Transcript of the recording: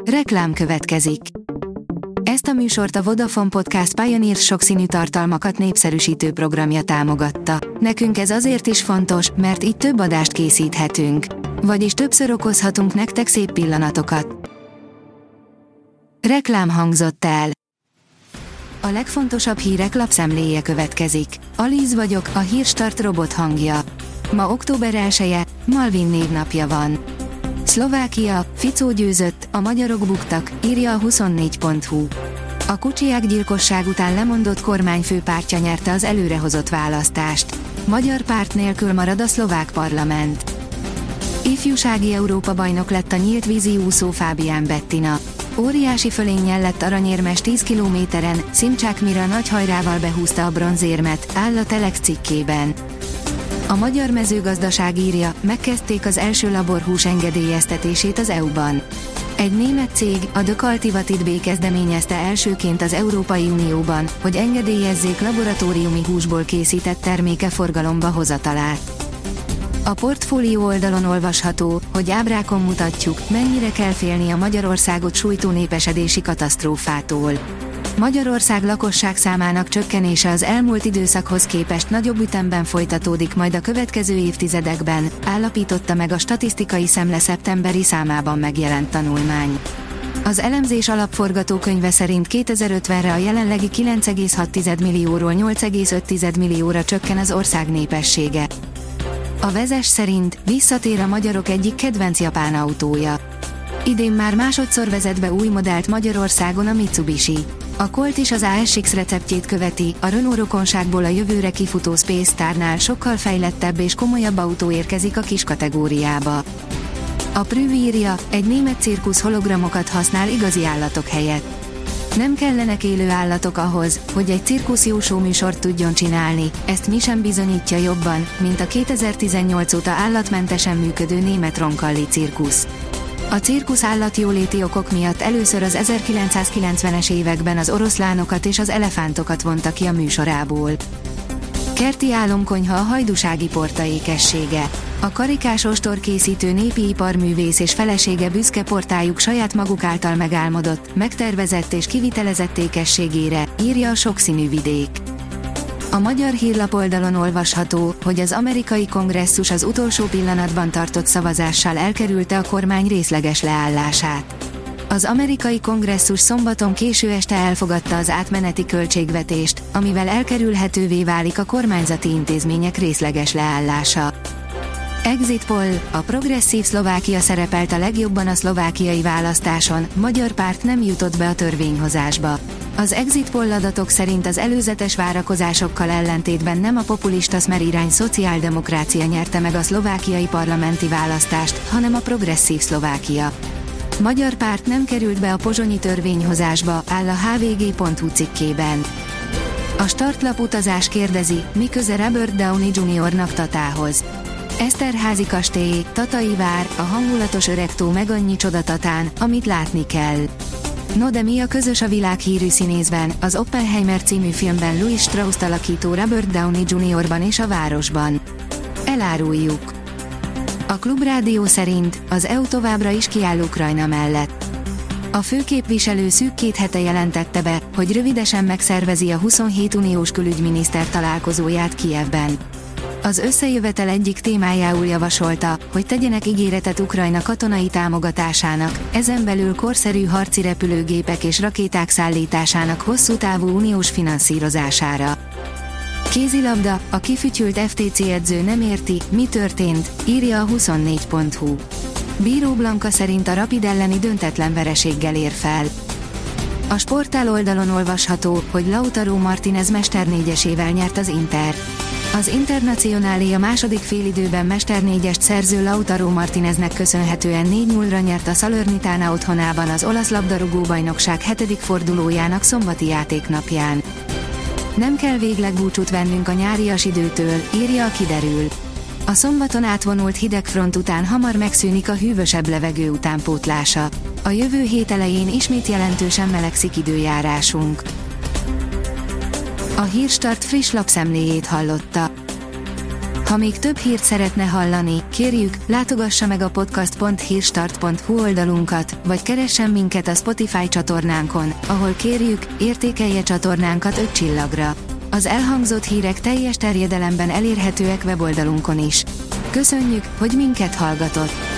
Reklám következik. Ezt a műsort a Vodafone Podcast Pioneer sokszínű tartalmakat népszerűsítő programja támogatta. Nekünk ez azért is fontos, mert így több adást készíthetünk. Vagyis többször okozhatunk nektek szép pillanatokat. Reklám hangzott el. A legfontosabb hírek lapszemléje következik. Alíz vagyok, a Hírstart robot hangja. Ma október 1-e, Malvin névnapja van. Szlovákia, Ficó győzött, a magyarok buktak, írja a 24.hu. A Kucsiák gyilkosság után lemondott kormányfő pártja nyerte az előrehozott választást. Magyar párt nélkül marad a szlovák parlament. Ifjúsági Európa-bajnok lett a nyílt vízi úszó Fábián Bettina. Óriási fölénnyel lett aranyérmes 10 kilométeren, Szimcsák Mira nagy hajrával behúzta a bronzérmet, áll a Telex cikkében. A magyar mezőgazdaság írja, megkezdték az első laborhús engedélyeztetését az EU-ban. Egy német cég, a The Cultivated B kezdeményezte elsőként az Európai Unióban, hogy engedélyezzék laboratóriumi húsból készített terméke forgalomba hozatalát. A portfólió oldalon olvasható, hogy ábrákon mutatjuk, mennyire kell félni a Magyarországot sújtó népesedési katasztrófától. Magyarország lakosság számának csökkenése az elmúlt időszakhoz képest nagyobb ütemben folytatódik majd a következő évtizedekben, állapította meg a statisztikai szemle szeptemberi számában megjelent tanulmány. Az elemzés alapforgatókönyve szerint 2050-re a jelenlegi 9,6 millióról 8,5 millióra csökken az ország népessége. A Vezes szerint visszatér a magyarok egyik kedvenc japán autója. Idén már másodszor vezet be új modellt Magyarországon a Mitsubishi. A Colt is az ASX receptjét követi, a Renault rokonságból a jövőre kifutó Space Starnál sokkal fejlettebb és komolyabb autó érkezik a kis kategóriába. A Prüv írja, egy német cirkusz hologramokat használ igazi állatok helyett. Nem kellenek élő állatok ahhoz, hogy egy cirkusz jó show műsort tudjon csinálni, ezt mi sem bizonyítja jobban, mint a 2018 óta állatmentesen működő német Roncalli cirkusz. A cirkusz állatjóléti okok miatt először az 1990-es években az oroszlánokat és az elefántokat vonta ki a műsorából. Kerti álomkonyha a hajdúsági porta ékessége. A karikás ostorkészítő népi iparművész és felesége büszke portájuk saját maguk által megálmodott, megtervezett és kivitelezett ékességére, írja a sokszínű vidék. A Magyar Hírlap oldalon olvasható, hogy az amerikai kongresszus az utolsó pillanatban tartott szavazással elkerülte a kormány részleges leállását. Az amerikai kongresszus szombaton késő este elfogadta az átmeneti költségvetést, amivel elkerülhetővé válik a kormányzati intézmények részleges leállása. Exit poll, a progresszív Szlovákia szerepelt a legjobban a szlovákiai választáson, magyar párt nem jutott be a törvényhozásba. Az exit poll adatok szerint az előzetes várakozásokkal ellentétben nem a populista Smer irány szociáldemokrácia nyerte meg a szlovákiai parlamenti választást, hanem a progresszív Szlovákia. Magyar párt nem került be a pozsonyi törvényhozásba, áll a hvg.hu cikkében. A startlap utazás kérdezi, mi köze Robert Downey Jr.-nak Tatához. Eszterházi kastély, Tatai vár, a hangulatos öregtó meg annyi csoda Tatán, amit látni kell. No de mi a közös a világhírű színészben, az Oppenheimer című filmben Louis Strauss-t alakító Robert Downey Jr.-ban és a városban? Eláruljuk. A Klubrádió szerint az EU továbbra is kiáll Ukrajna mellett. A főképviselő szűk 2 hete jelentette be, hogy rövidesen megszervezi a 27 uniós külügyminiszter találkozóját Kijevben. Az összejövetel egyik témájául javasolta, hogy tegyenek ígéretet Ukrajna katonai támogatásának, ezen belül korszerű harci repülőgépek és rakéták szállításának hosszú távú uniós finanszírozására. Kézilabda, a kifütyült FTC edző nem érti, mi történt, írja a 24.hu. Bíró Blanka szerint a Rapid elleni döntetlen vereséggel ér fel. A Sportál oldalon olvasható, hogy Lautaro Martinez mesternégyesével nyert az Inter. Az Internacionálé a második félidőben mesternégyest szerző Lautaro Martineznek köszönhetően 4-0-ra nyert a Salernitana otthonában az olasz labdarúgó-bajnokság 7. fordulójának szombati játéknapján. Nem kell végleg búcsút vennünk a nyárias időtől, írja a Kiderül. A szombaton átvonult hidegfront után hamar megszűnik a hűvösebb levegő utánpótlása. A jövő hét elején ismét jelentősen melegszik időjárásunk. A Hírstart friss lapszemléjét hallotta. Ha még több hírt szeretne hallani, kérjük, látogassa meg a podcast.hírstart.hu oldalunkat, vagy keressen minket a Spotify csatornánkon, ahol kérjük, értékelje csatornánkat 5 csillagra. Az elhangzott hírek teljes terjedelemben elérhetőek weboldalunkon is. Köszönjük, hogy minket hallgatott!